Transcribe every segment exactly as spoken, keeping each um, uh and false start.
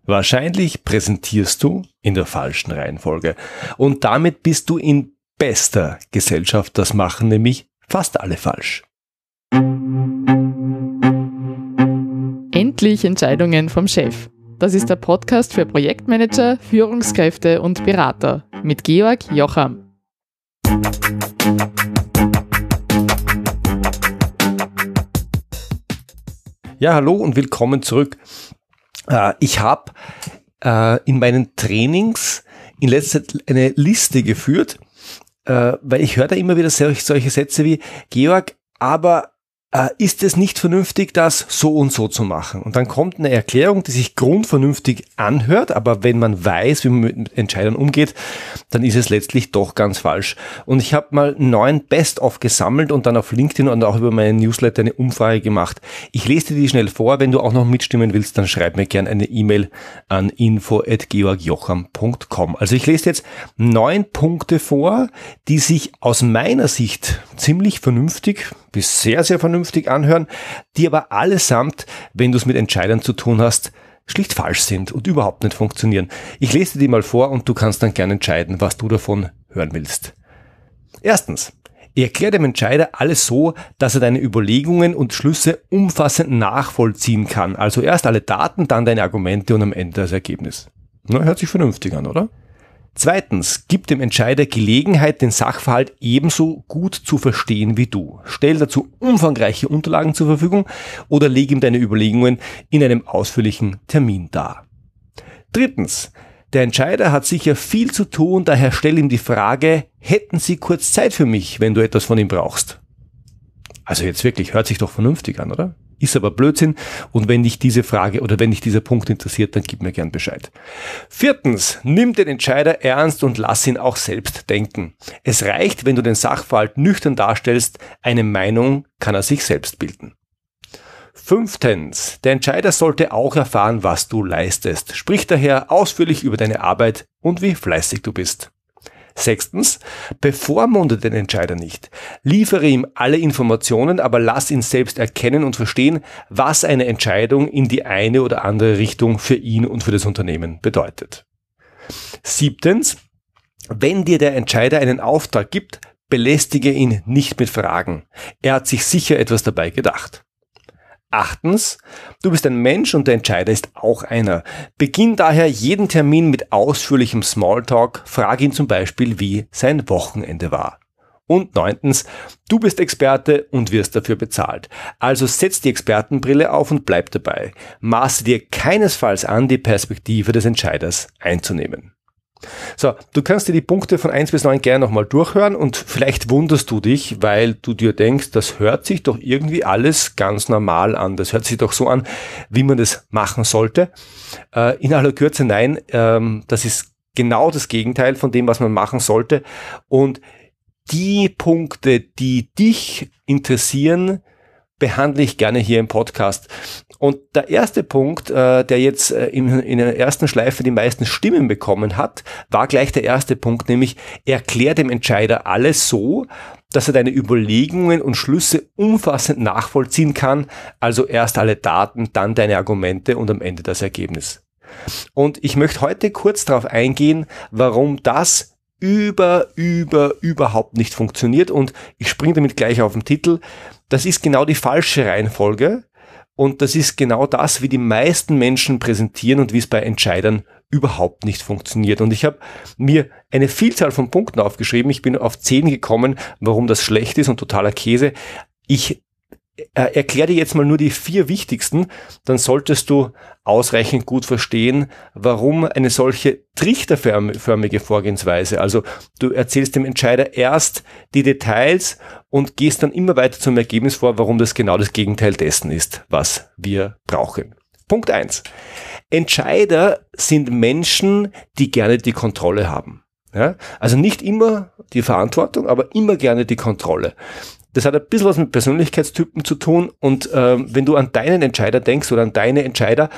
Wahrscheinlich präsentierst du in der falschen Reihenfolge. Und damit bist du in bester Gesellschaft. Das machen nämlich fast alle falsch. Endlich Entscheidungen vom Chef. Das ist der Podcast für Projektmanager, Führungskräfte und Berater mit Georg Jocham. Ja, hallo und willkommen zurück. Ich habe in meinen Trainings in letzter Zeit eine Liste geführt, weil ich höre da immer wieder solche Sätze wie: Georg, aber Äh, ist es nicht vernünftig, das so und so zu machen? Und dann kommt eine Erklärung, die sich grundvernünftig anhört, aber wenn man weiß, wie man mit Entscheidern umgeht, dann ist es letztlich doch ganz falsch. Und ich habe mal neun Best-of gesammelt und dann auf LinkedIn und auch über meinen Newsletter eine Umfrage gemacht. Ich lese dir die schnell vor. Wenn du auch noch mitstimmen willst, dann schreib mir gerne eine E-Mail an info at georgjocham punkt com. Also ich lese jetzt neun Punkte vor, die sich aus meiner Sicht ziemlich vernünftig bis sehr, sehr vernünftig anhören, die aber allesamt, wenn du es mit Entscheidern zu tun hast, schlicht falsch sind und überhaupt nicht funktionieren. Ich lese dir die mal vor und du kannst dann gerne entscheiden, was du davon hören willst. Erstens, erklär dem Entscheider alles so, dass er deine Überlegungen und Schlüsse umfassend nachvollziehen kann. Also erst alle Daten, dann deine Argumente und am Ende das Ergebnis. Na, hört sich vernünftig an, oder? Zweitens, gib dem Entscheider Gelegenheit, den Sachverhalt ebenso gut zu verstehen wie du. Stell dazu umfangreiche Unterlagen zur Verfügung oder leg ihm deine Überlegungen in einem ausführlichen Termin dar. Drittens, der Entscheider hat sicher viel zu tun, daher stell ihm die Frage: Hätten Sie kurz Zeit für mich, wenn du etwas von ihm brauchst? Also jetzt wirklich, hört sich doch vernünftig an, oder? Ist aber Blödsinn, und wenn dich diese Frage oder wenn dich dieser Punkt interessiert, dann gib mir gern Bescheid. Viertens, nimm den Entscheider ernst und lass ihn auch selbst denken. Es reicht, wenn du den Sachverhalt nüchtern darstellst, eine Meinung kann er sich selbst bilden. Fünftens, der Entscheider sollte auch erfahren, was du leistest. Sprich daher ausführlich über deine Arbeit und wie fleißig du bist. Sechstens, bevormunde den Entscheider nicht. Liefere ihm alle Informationen, aber lass ihn selbst erkennen und verstehen, was eine Entscheidung in die eine oder andere Richtung für ihn und für das Unternehmen bedeutet. Siebtens, wenn dir der Entscheider einen Auftrag gibt, belästige ihn nicht mit Fragen. Er hat sich sicher etwas dabei gedacht. Achtens, du bist ein Mensch und der Entscheider ist auch einer. Beginn daher jeden Termin mit ausführlichem Smalltalk, frag ihn zum Beispiel, wie sein Wochenende war. Und neuntens, du bist Experte und wirst dafür bezahlt. Also setz die Expertenbrille auf und bleib dabei. Maße dir keinesfalls an, die Perspektive des Entscheiders einzunehmen. So, du kannst dir die Punkte von eins bis neun gerne nochmal durchhören und vielleicht wunderst du dich, weil du dir denkst, das hört sich doch irgendwie alles ganz normal an. Das hört sich doch so an, wie man das machen sollte. Äh, in aller Kürze nein, ähm, das ist genau das Gegenteil von dem, was man machen sollte. Und die Punkte, die dich interessieren, behandle ich gerne hier im Podcast. Und der erste Punkt, äh, der jetzt äh, in, in der ersten Schleife die meisten Stimmen bekommen hat, war gleich der erste Punkt, nämlich erklär dem Entscheider alles so, dass er deine Überlegungen und Schlüsse umfassend nachvollziehen kann, also erst alle Daten, dann deine Argumente und am Ende das Ergebnis. Und ich möchte heute kurz darauf eingehen, warum das über, über, überhaupt nicht funktioniert, und ich springe damit gleich auf den Titel. Das ist genau die falsche Reihenfolge. Und das ist genau das, wie die meisten Menschen präsentieren und wie es bei Entscheidern überhaupt nicht funktioniert. Und ich habe mir eine Vielzahl von Punkten aufgeschrieben. Ich bin auf zehn gekommen, warum das schlecht ist und totaler Käse. Ich äh, erkläre dir jetzt mal nur die vier wichtigsten. Dann solltest du ausreichend gut verstehen, warum eine solche trichterförmige Vorgehensweise, also du erzählst dem Entscheider erst die Details und gehst dann immer weiter zum Ergebnis vor, warum das genau das Gegenteil dessen ist, was wir brauchen. Punkt eins. Entscheider sind Menschen, die gerne die Kontrolle haben. Ja? Also nicht immer die Verantwortung, aber immer gerne die Kontrolle. Das hat ein bisschen was mit Persönlichkeitstypen zu tun, und äh, wenn du an deinen Entscheider denkst oder an deine Entscheider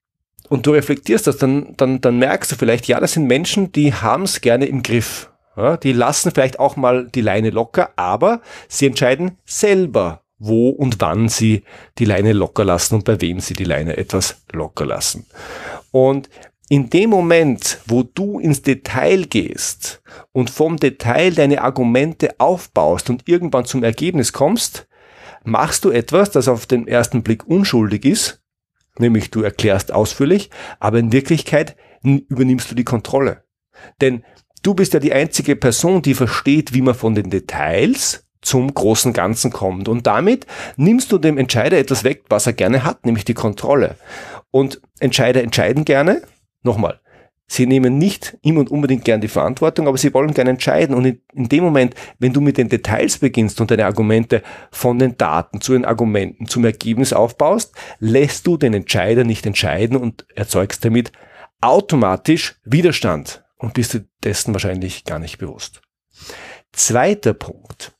und du reflektierst das, dann, dann, dann merkst du vielleicht, ja, das sind Menschen, die haben es gerne im Griff. Ja, die lassen vielleicht auch mal die Leine locker, aber sie entscheiden selber, wo und wann sie die Leine locker lassen und bei wem sie die Leine etwas locker lassen. Und in dem Moment, wo du ins Detail gehst und vom Detail deine Argumente aufbaust und irgendwann zum Ergebnis kommst, machst du etwas, das auf den ersten Blick unschuldig ist, nämlich du erklärst ausführlich, aber in Wirklichkeit übernimmst du die Kontrolle. Denn du bist ja die einzige Person, die versteht, wie man von den Details zum großen Ganzen kommt. Und damit nimmst du dem Entscheider etwas weg, was er gerne hat, nämlich die Kontrolle. Und Entscheider entscheiden gerne. Nochmal, sie nehmen nicht immer und unbedingt gern die Verantwortung, aber sie wollen gerne entscheiden. Und in, in dem Moment, wenn du mit den Details beginnst und deine Argumente von den Daten zu den Argumenten zum Ergebnis aufbaust, lässt du den Entscheider nicht entscheiden und erzeugst damit automatisch Widerstand und bist dir dessen wahrscheinlich gar nicht bewusst. Zweiter Punkt.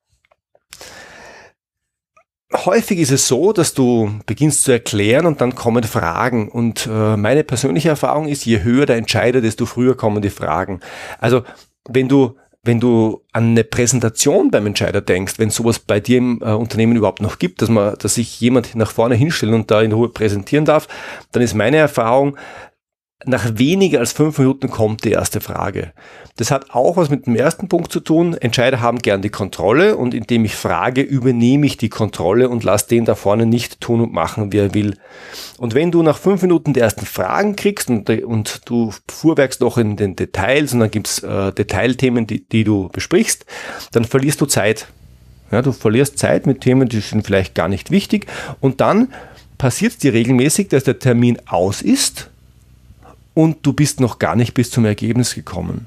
Häufig ist es so, dass du beginnst zu erklären und dann kommen Fragen. Und äh, meine persönliche Erfahrung ist, je höher der Entscheider, desto früher kommen die Fragen. Also wenn du wenn du an eine Präsentation beim Entscheider denkst, wenn sowas bei dir im äh, Unternehmen überhaupt noch gibt, dass man, dass sich jemand nach vorne hinstellt und da in Ruhe präsentieren darf, dann ist meine Erfahrung, nach weniger als fünf Minuten kommt die erste Frage. Das hat auch was mit dem ersten Punkt zu tun. Entscheider haben gern die Kontrolle und indem ich frage, übernehme ich die Kontrolle und lasse den da vorne nicht tun und machen, wie er will. Und wenn du nach fünf Minuten die ersten Fragen kriegst und, und du fuhrwerkst noch in den Details und dann gibt's äh, Detailthemen, die, die du besprichst, dann verlierst du Zeit. Ja, du verlierst Zeit mit Themen, die sind vielleicht gar nicht wichtig und dann passiert es dir regelmäßig, dass der Termin aus ist und du bist noch gar nicht bis zum Ergebnis gekommen.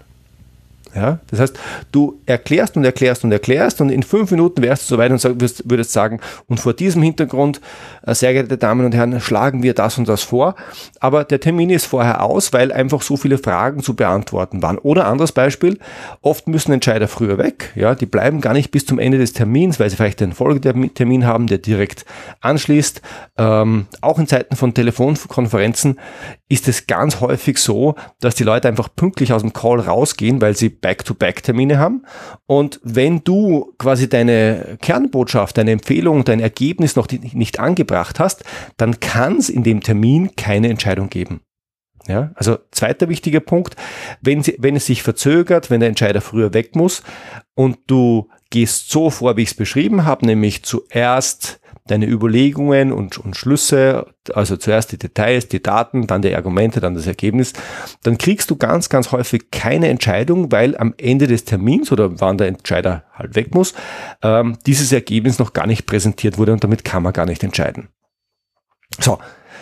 Ja, das heißt, du erklärst und erklärst und erklärst und in fünf Minuten wärst du so weit und sag, würdest, würdest sagen, und vor diesem Hintergrund, äh, sehr geehrte Damen und Herren, schlagen wir das und das vor. Aber der Termin ist vorher aus, weil einfach so viele Fragen zu beantworten waren. Oder anderes Beispiel, oft müssen Entscheider früher weg. Ja, die bleiben gar nicht bis zum Ende des Termins, weil sie vielleicht einen Folgetermin haben, der direkt anschließt. Ähm, auch in Zeiten von Telefonkonferenzen ist es ganz häufig so, dass die Leute einfach pünktlich aus dem Call rausgehen, weil sie Back-to-Back-Termine haben. Und wenn du quasi deine Kernbotschaft, deine Empfehlung, dein Ergebnis noch nicht angebracht hast, dann kann es in dem Termin keine Entscheidung geben. Ja, also zweiter wichtiger Punkt, wenn, sie, wenn es sich verzögert, wenn der Entscheider früher weg muss und du gehst so vor, wie ich es beschrieben habe, nämlich zuerst deine Überlegungen und, und Schlüsse, also zuerst die Details, die Daten, dann die Argumente, dann das Ergebnis, dann kriegst du ganz, ganz häufig keine Entscheidung, weil am Ende des Termins oder wann der Entscheider halt weg muss, ähm, dieses Ergebnis noch gar nicht präsentiert wurde und damit kann man gar nicht entscheiden. So,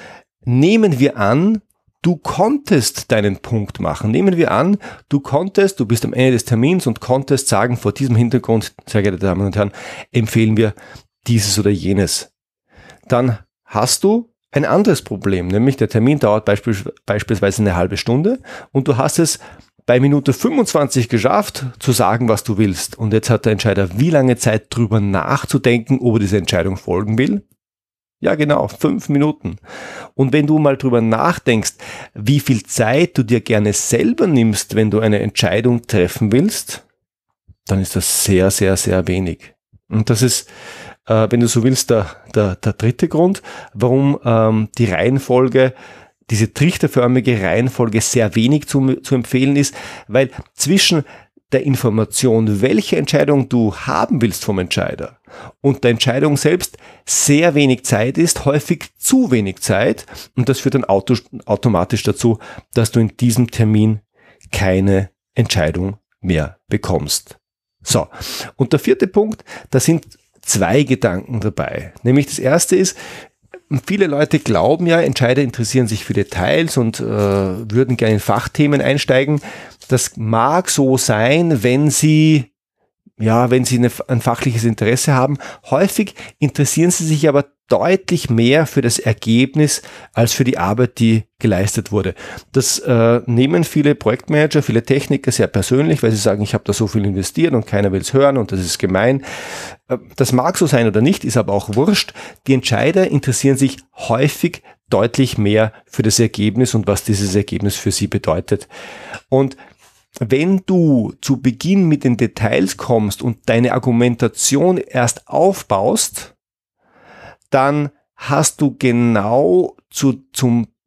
nehmen wir an, du konntest deinen Punkt machen. Nehmen wir an, du konntest, du bist am Ende des Termins und konntest sagen, vor diesem Hintergrund, sehr geehrte Damen und Herren, empfehlen wir dieses oder jenes. Dann hast du ein anderes Problem, nämlich der Termin dauert beispielsweise, beispielsweise eine halbe Stunde und du hast es bei Minute fünfundzwanzig geschafft, zu sagen, was du willst. Und jetzt hat der Entscheider wie lange Zeit, drüber nachzudenken, ob er dieser Entscheidung folgen will? Ja, genau, fünf Minuten. Und wenn du mal drüber nachdenkst, wie viel Zeit du dir gerne selber nimmst, wenn du eine Entscheidung treffen willst, dann ist das sehr, sehr, sehr wenig. Und das ist, äh, wenn du so willst, der, der, der dritte Grund, warum ähm, die Reihenfolge, diese trichterförmige Reihenfolge sehr wenig zu, zu empfehlen ist, weil zwischen der Information, welche Entscheidung du haben willst vom Entscheider und der Entscheidung selbst sehr wenig Zeit ist, häufig zu wenig Zeit und das führt dann auto, automatisch dazu, dass du in diesem Termin keine Entscheidung mehr bekommst. So, und der vierte Punkt, da sind zwei Gedanken dabei. Nämlich das erste ist, viele Leute glauben ja, Entscheider interessieren sich für Details und äh, würden gerne in Fachthemen einsteigen. Das mag so sein, wenn sie, ja, wenn sie eine, ein fachliches Interesse haben. Häufig interessieren sie sich aber deutlich mehr für das Ergebnis als für die Arbeit, die geleistet wurde. Das äh, nehmen viele Projektmanager, viele Techniker sehr persönlich, weil sie sagen, ich habe da so viel investiert und keiner will es hören und das ist gemein. Äh, das mag so sein oder nicht, ist aber auch wurscht. Die Entscheider interessieren sich häufig deutlich mehr für das Ergebnis und was dieses Ergebnis für sie bedeutet. Und wenn du zu Beginn mit den Details kommst und deine Argumentation erst aufbaust, dann hast du genau zu, zum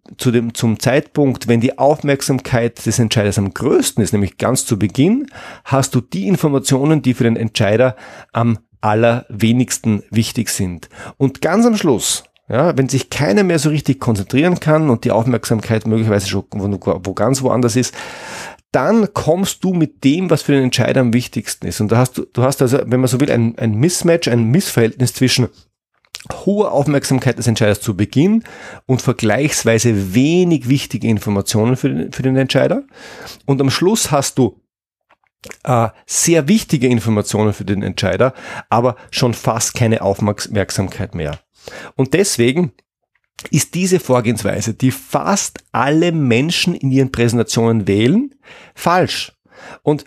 zu dem, zum Zeitpunkt, wenn die Aufmerksamkeit des Entscheiders am größten ist, nämlich ganz zu Beginn, hast du die Informationen, die für den Entscheider am allerwenigsten wichtig sind. Und ganz am Schluss, ja, wenn sich keiner mehr so richtig konzentrieren kann und die Aufmerksamkeit möglicherweise schon wo, wo ganz woanders ist, dann kommst du mit dem, was für den Entscheider am wichtigsten ist. Und da hast du, du hast also, wenn man so will, ein, ein Mismatch, ein Missverhältnis zwischen hoher Aufmerksamkeit des Entscheiders zu Beginn und vergleichsweise wenig wichtige Informationen für den, für den Entscheider. Und am Schluss hast du äh, sehr wichtige Informationen für den Entscheider, aber schon fast keine Aufmerksamkeit mehr. Und deswegen ist diese Vorgehensweise, die fast alle Menschen in ihren Präsentationen wählen, falsch. Und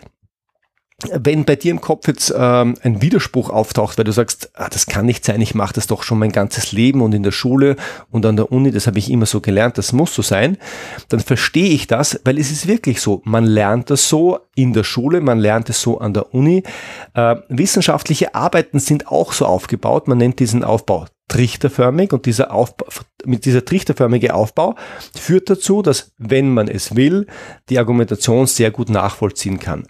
wenn bei dir im Kopf jetzt ähm, ein Widerspruch auftaucht, weil du sagst, ah, das kann nicht sein, ich mache das doch schon mein ganzes Leben und in der Schule und an der Uni, das habe ich immer so gelernt, das muss so sein, dann verstehe ich das, weil es ist wirklich so, man lernt das so in der Schule, man lernt es so an der Uni. Äh, wissenschaftliche Arbeiten sind auch so aufgebaut, man nennt diesen Aufbau trichterförmig und dieser Aufbau, mit dieser trichterförmige Aufbau führt dazu, dass, wenn man es will, die Argumentation sehr gut nachvollziehen kann.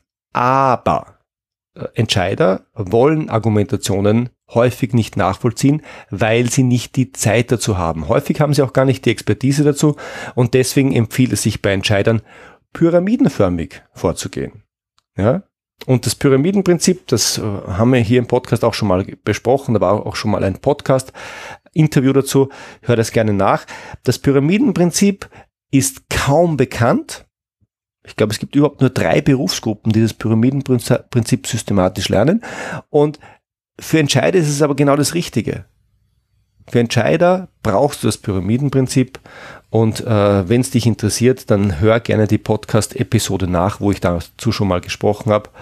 Aber äh, Entscheider wollen Argumentationen häufig nicht nachvollziehen, weil sie nicht die Zeit dazu haben. Häufig haben sie auch gar nicht die Expertise dazu und deswegen empfiehlt es sich bei Entscheidern, pyramidenförmig vorzugehen. Ja? Und das Pyramidenprinzip, das äh, haben wir hier im Podcast auch schon mal besprochen, da war auch schon mal ein Podcast-Interview dazu, hör das gerne nach. Das Pyramidenprinzip ist kaum bekannt. Ich glaube, es gibt überhaupt nur drei Berufsgruppen, die das Pyramidenprinzip systematisch lernen. Und für Entscheider ist es aber genau das Richtige. Für Entscheider brauchst du das Pyramidenprinzip und äh, wenn es dich interessiert, dann hör gerne die Podcast-Episode nach, wo ich dazu schon mal gesprochen habe.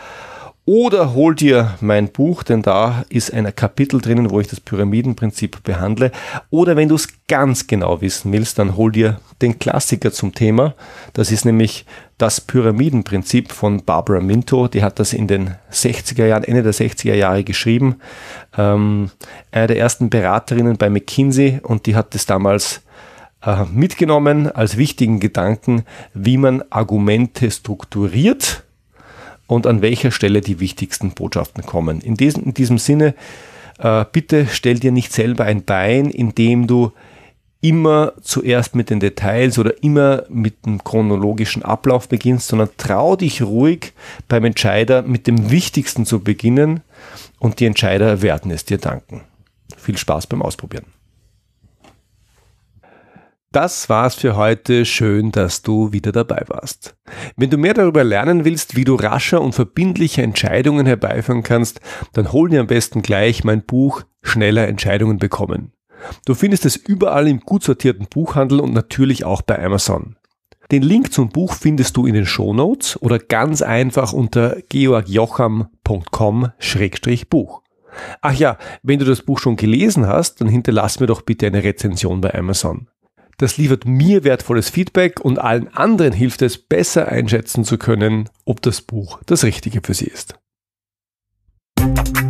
Oder hol dir mein Buch, denn da ist ein Kapitel drinnen, wo ich das Pyramidenprinzip behandle. Oder wenn du es ganz genau wissen willst, dann hol dir den Klassiker zum Thema. Das ist nämlich das Pyramidenprinzip von Barbara Minto. Die hat das in den sechziger Jahren, Ende der sechziger Jahre geschrieben. Ähm, eine der ersten Beraterinnen bei McKinsey und die hat das damals äh, mitgenommen als wichtigen Gedanken, wie man Argumente strukturiert und an welcher Stelle die wichtigsten Botschaften kommen. In diesem, in diesem Sinne, äh, bitte stell dir nicht selber ein Bein, indem du immer zuerst mit den Details oder immer mit dem chronologischen Ablauf beginnst, sondern trau dich ruhig beim Entscheider mit dem Wichtigsten zu beginnen und die Entscheider werden es dir danken. Viel Spaß beim Ausprobieren. Das war's für heute. Schön, dass du wieder dabei warst. Wenn du mehr darüber lernen willst, wie du rascher und verbindliche Entscheidungen herbeiführen kannst, dann hol dir am besten gleich mein Buch Schneller Entscheidungen bekommen. Du findest es überall im gut sortierten Buchhandel und natürlich auch bei Amazon. Den Link zum Buch findest du in den Shownotes oder ganz einfach unter georg jocham punkt com Schrägstrich Buch. Ach ja, wenn du das Buch schon gelesen hast, dann hinterlass mir doch bitte eine Rezension bei Amazon. Das liefert mir wertvolles Feedback und allen anderen hilft es, besser einschätzen zu können, ob das Buch das Richtige für sie ist.